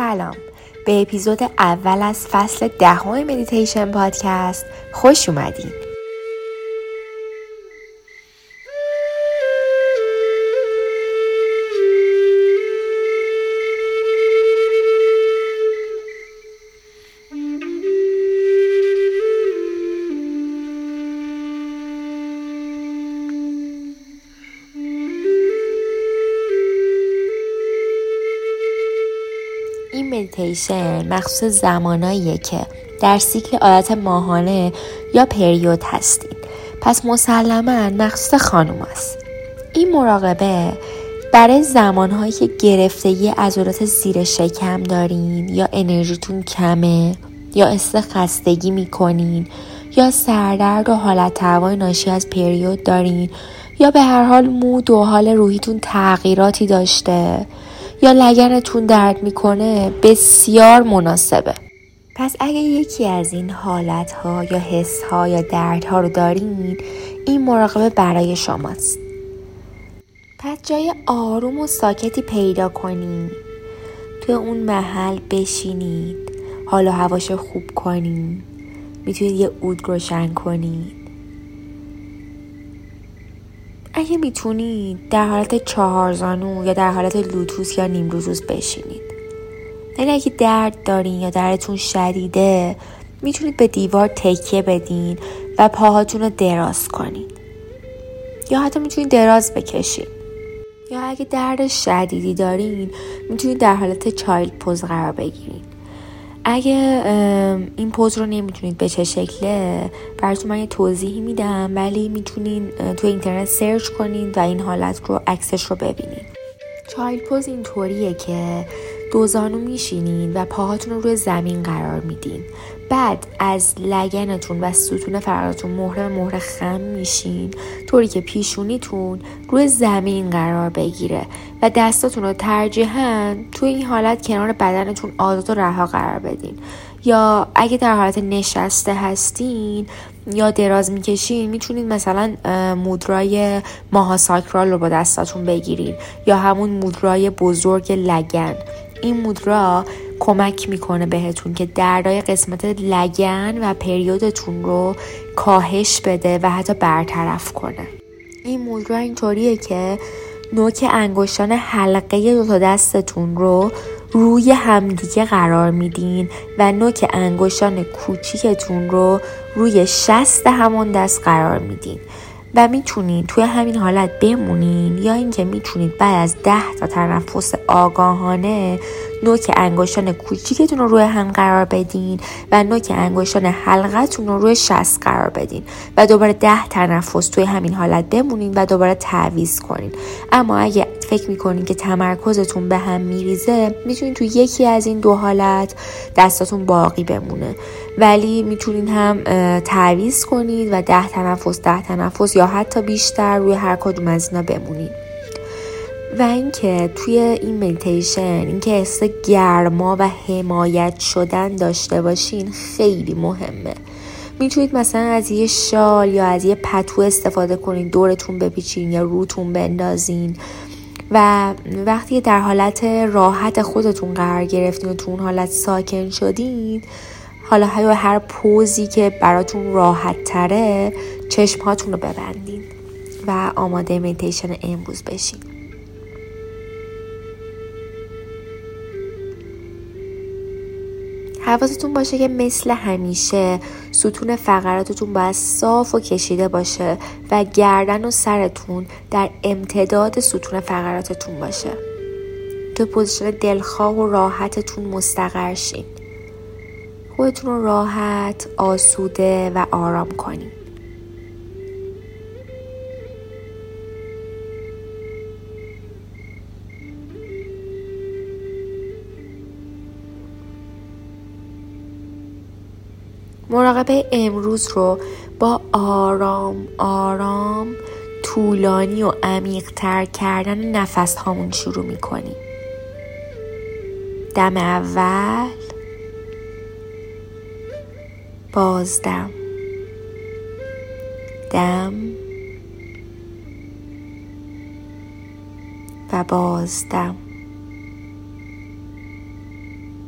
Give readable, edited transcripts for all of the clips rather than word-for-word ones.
سلام، به اپیزود اول از فصل 10 مدیتیشن پادکست خوش اومدین. این مدیتیشن مخصوص زماناییه که در سیکل عادت ماهانه یا پریود هستین. پس مسلماً مخصوص خانوم است. این مراقبه برای زمانهایی که گرفتگی عضلات زیر شکم دارین یا انرژیتون کمه یا احساس خستگی میکنین یا سردرد و حالت هوای ناشی از پریود دارین یا به هر حال مود و حال روحیتون تغییراتی داشته یا لگنتون درد میکنه بسیار مناسبه. پس اگه یکی از این حالتها یا حسها یا دردها رو دارین، این مراقبه برای شماست. پس جای آروم و ساکتی پیدا کنید. توی اون محل بشینید، حال و هواشو خوب کنید. میتونید یه عود روشن کنید. اگه میتونید در حالت 4 زانو یا در حالت لوتوس یا نیمروز بشینید. یعنی اگه درد دارین یا دردتون شدیده، میتونید به دیوار تکیه بدین و پاهاتون رو دراز کنین. یا حتی میتونید دراز بکشین. یا اگه درد شدیدی دارین، میتونید در حالت چایلد پوز قرار بگیرین. اگه این پوز رو نمیتونید به چه شکله، براتون من یه توضیحی میدم، ولی میتونین تو اینترنت سرچ کنین و این حالت رو عکسش رو ببینین. چایلد پوز این طوریه که 2 زانو میشینین و پاهاتون رو روی زمین قرار میدین. بعد از لگنتون و ستون فرقتون مهره به مهره خم میشین، طوری که پیشونیتون روی زمین قرار بگیره و دستاتون رو ترجیحاً توی این حالت کنار بدنتون آزاد و رها قرار بدین. یا اگه در حالت نشسته هستین یا دراز میکشین، میتونید مثلا مودرای ماهاساکرال رو با دستاتون بگیرین یا همون مودرای بزرگ لگن. این مودرا کمک میکنه بهتون که دردای قسمت لگن و پریودتون رو کاهش بده و حتی برطرف کنه. این مودرا اینطوریه که نوک انگشتان حلقه 2 دستتون رو روی همدیگه قرار میدین و نوک انگشتان کوچیکتون رو روی شست همون دست قرار میدین و میتونین توی همین حالت بمونین، یا اینکه میتونید بعد از 10 تا تنفس آگاهانه نوک انگشتان کوچیکتون رو روی هم قرار بدین و نوک انگشتان حلقتون رو روی شست قرار بدین و دوباره 10 تنفس توی همین حالت بمونین و دوباره تعویض کنین. اما اگه فکر میکنین که تمرکزتون به هم میریزه، میتونین توی یکی از این 2 حالت دستاتون باقی بمونه، ولی میتونین هم تعویض کنید و 10 تنفس یا حتی بیشتر روی هر کدوم از اینا بمونید. و اینکه توی این مدیتیشن اینکه احساس گرما و حمایت شدن داشته باشین خیلی مهمه. میتونید مثلا از یه شال یا از یه پتو استفاده کنین، دورتون بپیچین یا روتون بندازین و وقتی در حالت راحت خودتون قرار گرفتین و تو اون حالت ساکن شدین، حالا هر پوزی که براتون راحت تره چشمهاتون رو ببندین و آماده مدیتیشن امروز بشین. حواستون باشه که مثل همیشه ستون فقراتتون باید صاف و کشیده باشه و گردن و سرتون در امتداد ستون فقراتتون باشه. تو پوزیشن دلخواه و راحتتون مستقر شین. خودتون رو راحت، آسوده و آرام کنین. مراقبه امروز رو با آرام آرام طولانی و عمیق تر کردن نفس هامون شروع میکنیم. دم اول، بازدم، دم و بازدم.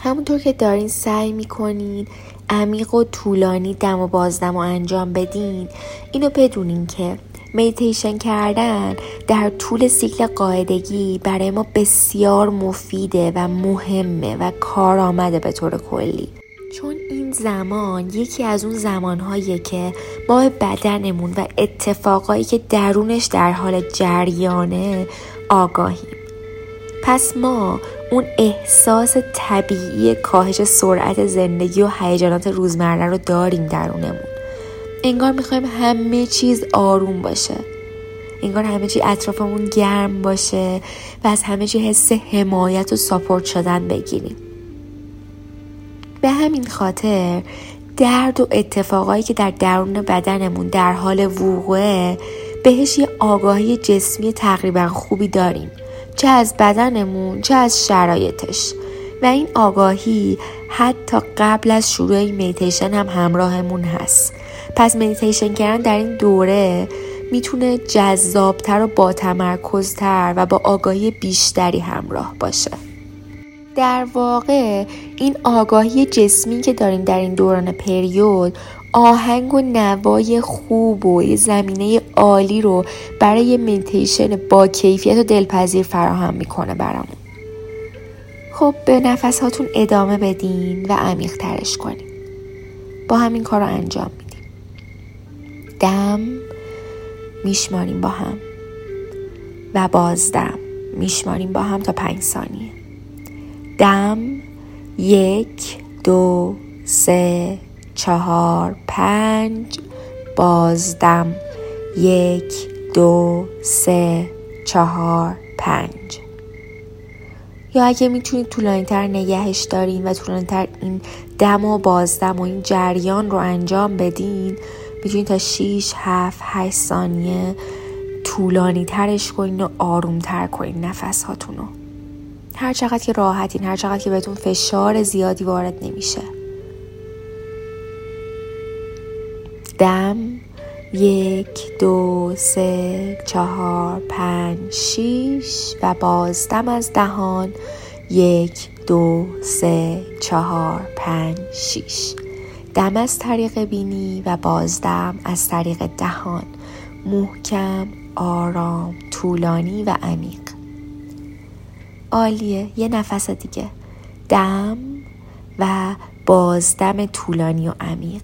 همونطور که دارین سعی میکنین عمیق و طولانی دم و بازدم و انجام بدین، اینو بدونین که مدیتیشن کردن در طول سیکل قاعدگی برای ما بسیار مفیده و مهمه و کارآمده به طور کلی. چون این زمان یکی از اون زمانهاییه که ما به بدنمون و اتفاقایی که درونش در حال جریانه آگاهیم. پس ما اون احساس طبیعی کاهش سرعت زندگی و هیجانات روزمره رو داریم درونمون. انگار میخوایم همه چیز آروم باشه، انگار همه چیز اطرافمون گرم باشه و از همه چیز حس حمایت و ساپورت شدن بگیریم. به همین خاطر درد و اتفاقایی که در درون بدنمون در حال وقوعه بهش یه آگاهی جسمی تقریبا خوبی داریم، چه از بدنمون چه از شرایطش، و این آگاهی حتی قبل از شروع این مدیتیشن هم همراهمون هست. پس مدیتیشن کردن در این دوره میتونه جذابتر و با تمرکزتر و با آگاهی بیشتری همراه باشه. در واقع این آگاهی جسمی که داریم در این دوران پریود آهنگ و نوای خوب و زمینه عالی رو برای مدیتیشن با کیفیت و دلپذیر فراهم میکنه برامون. خب به نفس هاتون ادامه بدین و عمیق ترش کنین. با همین کار رو انجام میدیم. دم میشماریم با هم و بازدم میشماریم با هم تا 5 ثانیه. دم 1 2 3 4 5. بازدم 1 2 3 4 5. یا اگه میتونید طولانی‌تر نگهش دارین و طولانی‌تر این دم و بازدم و این جریان رو انجام بدین، میتونید تا 6 7 8 ثانیه طولانی ترش کنین و آروم تر کنین نفس هاتونو. هر چقدر که راحتین، هر چقدر که بهتون فشار زیادی وارد نمیشه. دم 1 2 3 4 5 6 و بازدم از دهان 1 2 3 4 5 6. دم از طریق بینی و بازدم از طریق دهان، محکم، آرام، طولانی و عمیق. عالیه. یه نفس دیگه. دم و بازدم طولانی و عمیق.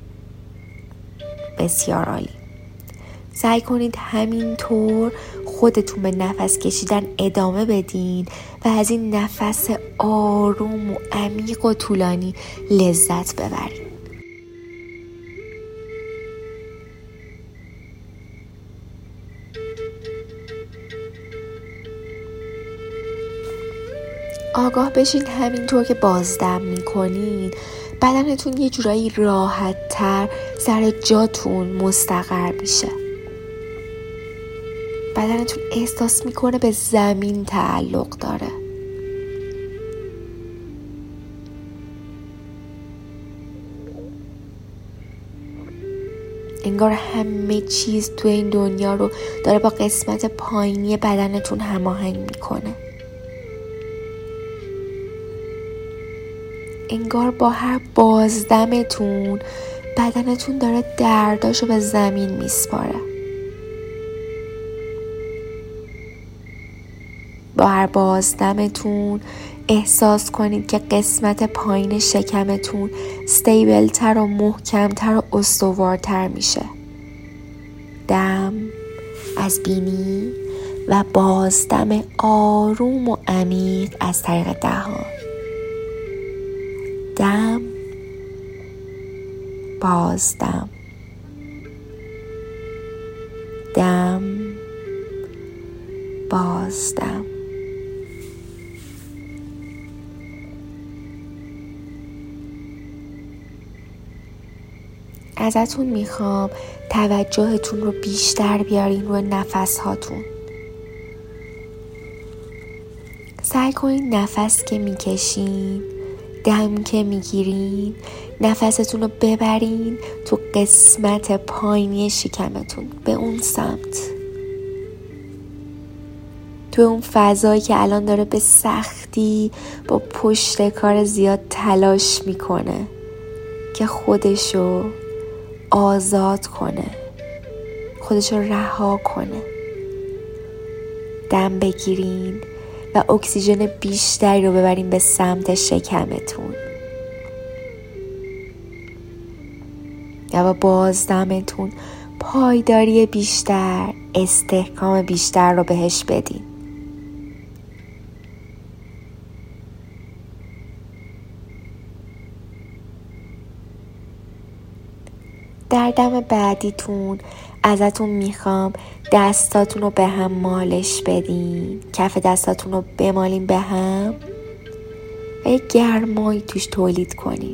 بسیار عالی. سعی کنید همینطور خودتون به نفس کشیدن ادامه بدین و از این نفس آروم و عمیق و طولانی لذت ببرید. آگاه بشین همینطور که بازدم میکنین بدنتون یه جورایی راحت تر سر جاتون مستقر میشه. بدنتون احساس میکنه به زمین تعلق داره. انگار همه چیز تو این دنیا رو داره با قسمت پایینی بدنتون هماهنگ میکنه. انگار با هر بازدمتون بدنتون داره درداشو به زمین میسپاره. با هر بازدمتون احساس کنید که قسمت پایین شکمتون استیبلتر و محکمتر و استوارتر میشه. دم از بینی و بازدم آروم و عمیق از طریق دهان. دم، بازدم، دم، بازدم. ازتون میخوام توجهتون رو بیشتر بیارین روی نفس هاتون. سعی کنین نفس که میکشین، دم که میگیرین، نفستون رو ببرین تو قسمت پایینی شکمتون، به اون سمت. تو اون فضایی که الان داره به سختی با پشت کار زیاد تلاش میکنه که خودشو آزاد کنه، خودشو رها کنه. دم بگیرین و اکسیژن بیشتری رو ببرین به سمت شکمتون و با بازدمتون پایداری بیشتر، استحکام بیشتر رو بهش بدین. در دم بعدیتون ازتون میخوام دستاتون رو به هم مالش بدین، کف دستاتون رو بمالین به هم و یه گرمایی توش تولید کنین.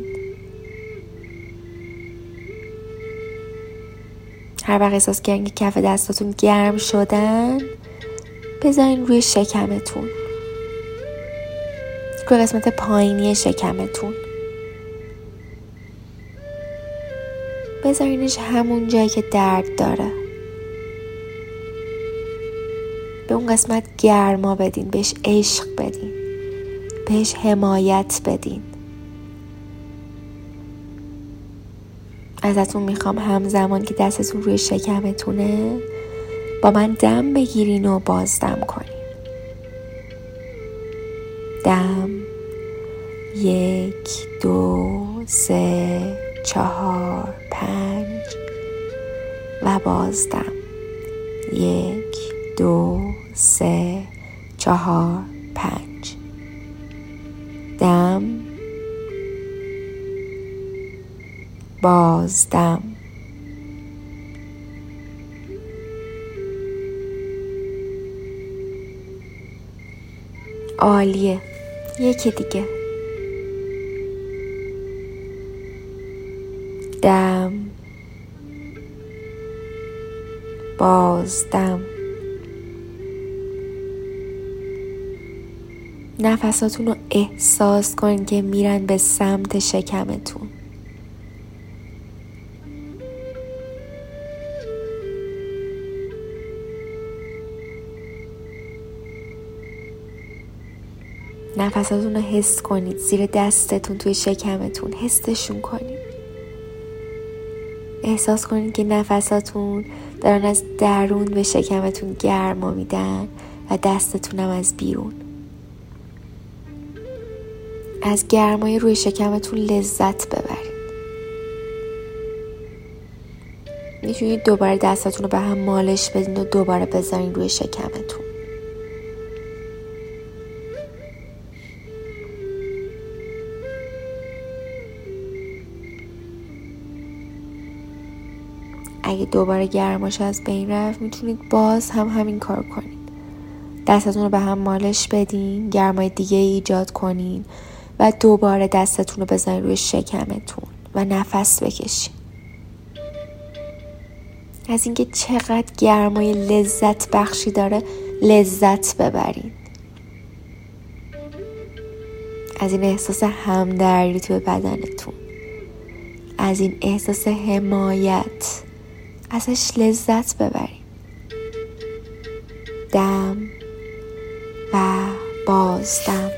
هر وقت احساس کردین که کف دستاتون گرم شدن، بذارین روی شکمتون، روی قسمت پایینی شکمتون. بذارینش همون جایی که درد داره. به اون قسمت گرما بدین، بهش عشق بدین، بهش حمایت بدین. ازتون میخوام همزمان که دستتون روی شکمتونه با من دم بگیرین و بازدم کنین. دم، 1 2 3 4 5 و بازدم، 1 2 3 4 5. دم، بازدم. عالیه. یکی دیگه. دم، بازدم. نفساتون رو احساس کن که میرن به سمت شکمتون. نفساتون رو حس کنید زیر دستتون توی شکمتون، حسشون کنید. احساس کنید که نفساتون دارن از درون به شکمتون گرما میدن و دستتون هم از بیرون. از گرمای روی شکمتون لذت ببرید. میتونید دوباره دستاتون رو به هم مالش بدین و دوباره بذارین روی شکمتون. اگه دوباره گرماش از بین رفت میتونید باز هم همین کار کنید. دستتون رو به هم مالش بدین، گرمای دیگه ایجاد کنین و دوباره دستتون رو بزنین روی شکمتون و نفس بکشین. از اینکه چقدر گرمای لذت بخشی داره لذت ببرین. از این احساس همدردی توی بدنتون، از این احساس حمایت، ازش لذت ببرین. دم و بازدم.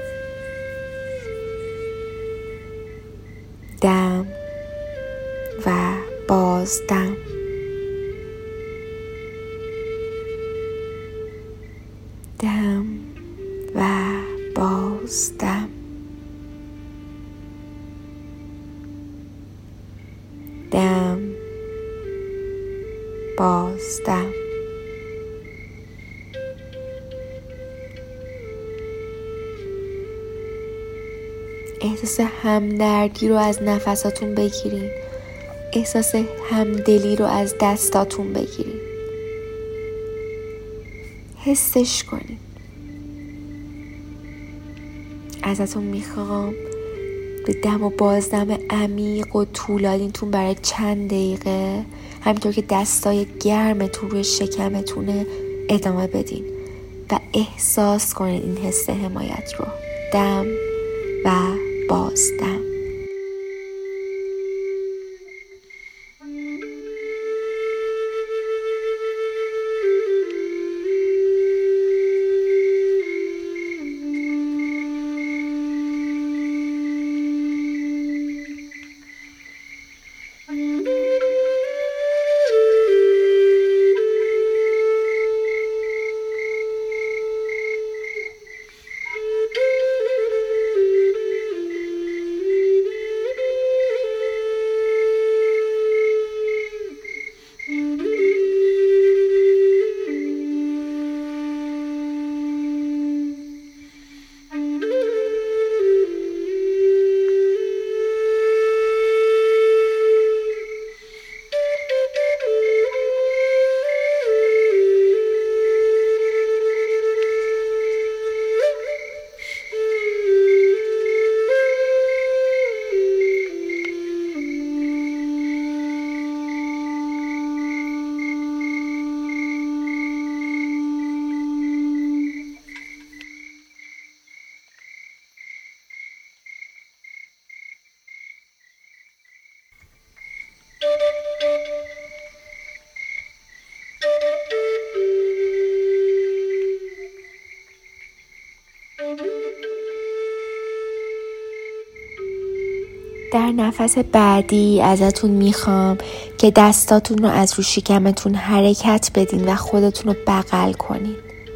دم و بازدم. دم و بازدم. دم، بازدم. احساس همدردی رو از نفساتون بگیرین. احساس همدلی رو از دستاتون بگیرین. حسش کنین. ازتون میخوام به دم و بازدم عمیق و طولانیتون برای چند دقیقه، همینطور که دستای گرمتون روی شکمتونه، ادامه بدین و احساس کنین این حس حمایت رو. دم و بازدم. در نفس بعدی ازتون میخوام که دستاتون رو از رو شکمتون حرکت بدین و خودتون رو بغل کنین.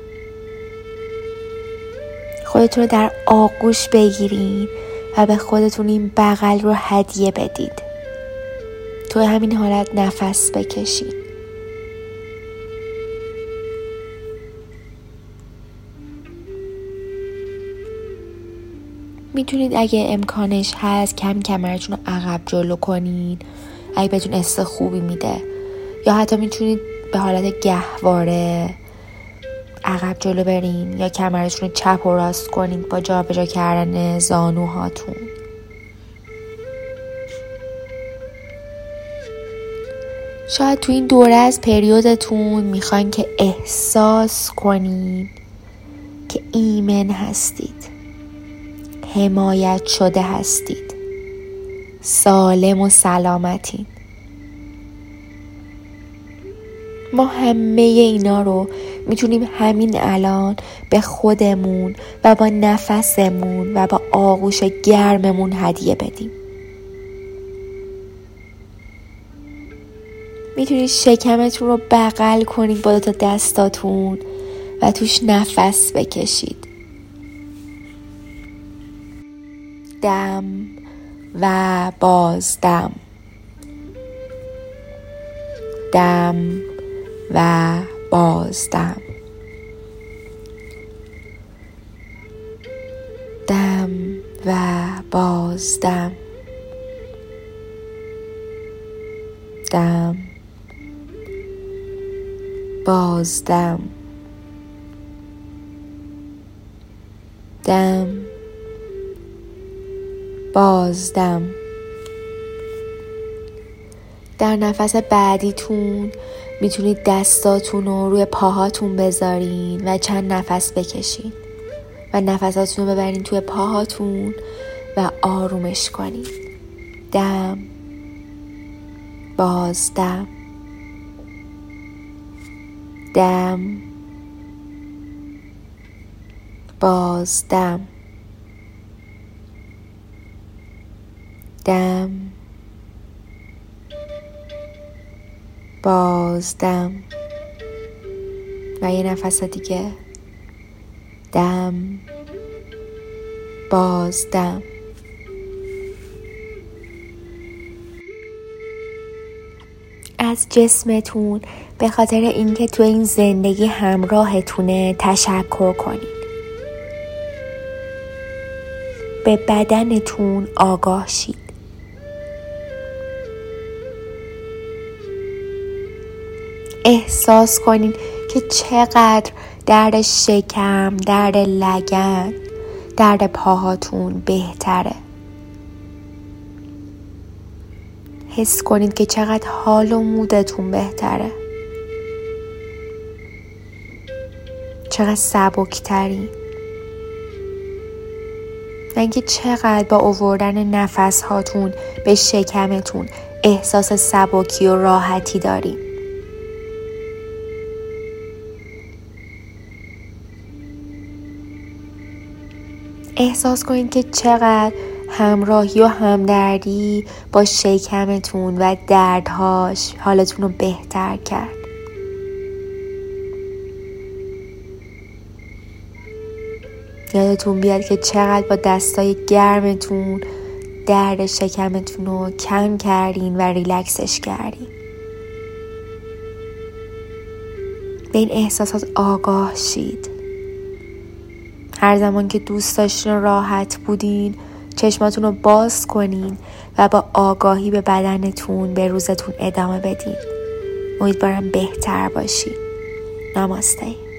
خودتون رو در آغوش بگیرین و به خودتون این بغل رو هدیه بدید. تو همین حالت نفس بکشین. میتونید اگه امکانش هست کمرتون رو عقب جلو کنین اگه بهتون حس خوبی میده، یا حتی میتونید به حالت گهواره عقب جلو برین یا کمرتون رو چپ و راست کنید با جابجا کردن زانوهاتون. شاید تو این دوره از پریودتون میخواین که احساس کنین که ایمن هستید، حمایت شده هستید، سالم و سلامتین. ما همه اینا رو میتونیم همین الان به خودمون و با نفسمون و با آغوش گرممون هدیه بدیم. میتونید شکمتون رو بغل کنید با 2 دستاتون و توش نفس بکشید. دم و بازدم، دم و بازدم، دم و بازدم، دم بازدم، دم بازدم. در نفس بعدیتون میتونید دستاتون رو روی پاهاتون بذارین و چند نفس بکشین و نفساتون رو ببرین توی پاهاتون و آرومش کنین. دم بازدم، دم بازدم، دم بازدم و یه نفس دیگه. دم بازدم. از جسمتون به خاطر اینکه تو این زندگی همراهتونه تشکر کنید. به بدنتون آگاه شید. احساس کنین که چقدر درد شکم، درد لگن، درد پاهاتون بهتره. حس کنید که چقدر حال و مودتون بهتره. چقدر سبکترین. و اینکه چقدر با آوردن نفس هاتون به شکمتون احساس سبکی و راحتی دارین. احساس کنید که چقدر همراهی و همدردی با شکمتون و دردهاش حالتون رو بهتر کرد. یادتون بیاد که چقدر با دستای گرمتون درد شکمتون رو کم کردین و ریلکسش کردین. به این احساسات آگاه شید. هر زمان که دوست داشتین راحت بودین چشماتون رو باز کنین و با آگاهی به بدنتون به روزتون ادامه بدین. امیدوارم بهتر باشین. نماسته.